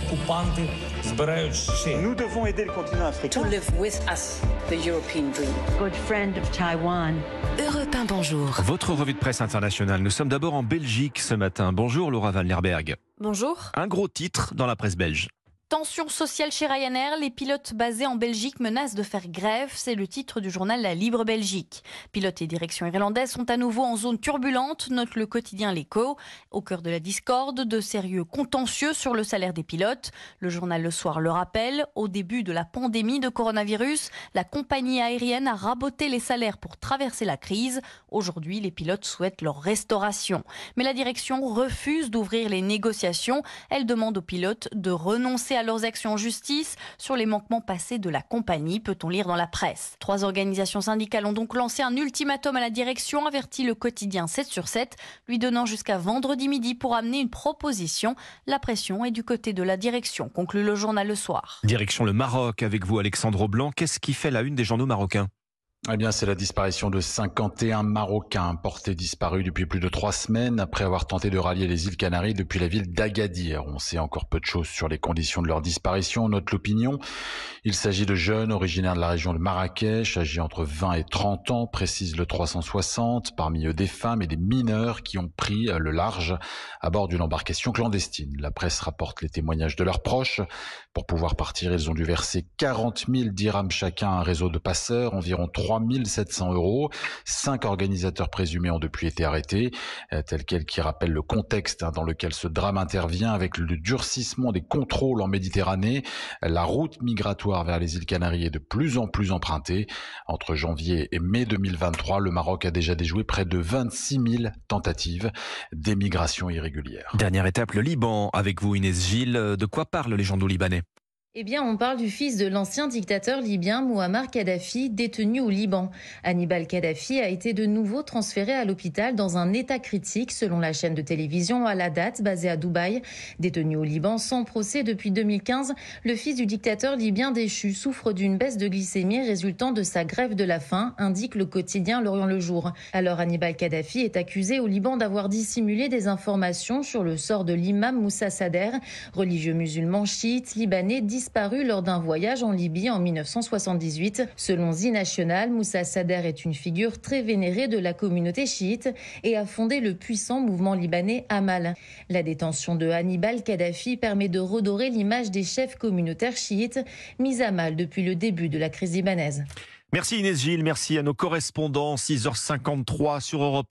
Nous devons aider le continent africain. To live with us, the European dream. Good friend of Taiwan. Europe 1, bonjour. Votre revue de presse internationale. Nous sommes d'abord en Belgique ce matin. Bonjour Laura Van Lerberg. Bonjour. Un gros titre dans la presse belge. Tension sociale chez Ryanair, les pilotes basés en Belgique menacent de faire grève, c'est le titre du journal La Libre Belgique. Pilotes et direction irlandaise sont à nouveau en zone turbulente, note le quotidien L'Écho. Au cœur de la discorde, de sérieux contentieux sur le salaire des pilotes. Le journal Le Soir le rappelle, au début de la pandémie de coronavirus, la compagnie aérienne a raboté les salaires pour traverser la crise. Aujourd'hui, les pilotes souhaitent leur restauration. Mais la direction refuse d'ouvrir les négociations. Elle demande aux pilotes de renoncer à leurs actions en justice sur les manquements passés de la compagnie, peut-on lire dans la presse. 3 organisations syndicales ont donc lancé un ultimatum à la direction, avertit le quotidien 7/7, lui donnant jusqu'à vendredi midi pour amener une proposition. La pression est du côté de la direction, conclut le journal Le Soir. Direction le Maroc avec vous Alexandre Blanc. Qu'est-ce qui fait la une des journaux marocains ? Eh bien, c'est la disparition de 51 Marocains portés disparus depuis plus de 3 semaines après avoir tenté de rallier les îles Canaries depuis la ville d'Agadir. On sait encore peu de choses sur les conditions de leur disparition, note l'opinion. Il s'agit de jeunes originaires de la région de Marrakech, âgés entre 20 et 30 ans, précise le 360, parmi eux des femmes et des mineurs qui ont pris le large à bord d'une embarcation clandestine. La presse rapporte les témoignages de leurs proches. Pour pouvoir partir, ils ont dû verser 40 000 dirhams chacun à un réseau de passeurs, environ 3 700 €. 5 organisateurs présumés ont depuis été arrêtés, tel quel qui rappelle le contexte dans lequel ce drame intervient avec le durcissement des contrôles en Méditerranée. La route migratoire vers les îles Canaries est de plus en plus empruntée. Entre janvier et mai 2023, le Maroc a déjà déjoué près de 26 000 tentatives d'émigration irrégulière. Dernière étape, le Liban. Avec vous Inès Gilles, de quoi parlent les journaux libanais ? Eh bien, on parle du fils de l'ancien dictateur libyen Mouammar Kadhafi, détenu au Liban. Hannibal Kadhafi a été de nouveau transféré à l'hôpital dans un état critique, selon la chaîne de télévision Al-Hadat, basée à Dubaï. Détenu au Liban sans procès depuis 2015, le fils du dictateur libyen déchu souffre d'une baisse de glycémie résultant de sa grève de la faim, indique le quotidien L'Orient le Jour. Alors Hannibal Kadhafi est accusé au Liban d'avoir dissimulé des informations sur le sort de l'imam Moussa Sader, religieux musulman chiite libanais disparu lors d'un voyage en Libye en 1978. Selon Zi National, Moussa Sader est une figure très vénérée de la communauté chiite et a fondé le puissant mouvement libanais Amal. La détention de Hannibal Kadhafi permet de redorer l'image des chefs communautaires chiites mis à mal depuis le début de la crise libanaise. Merci Inès Gilles, merci à nos correspondants. 6h53 sur Europe 1.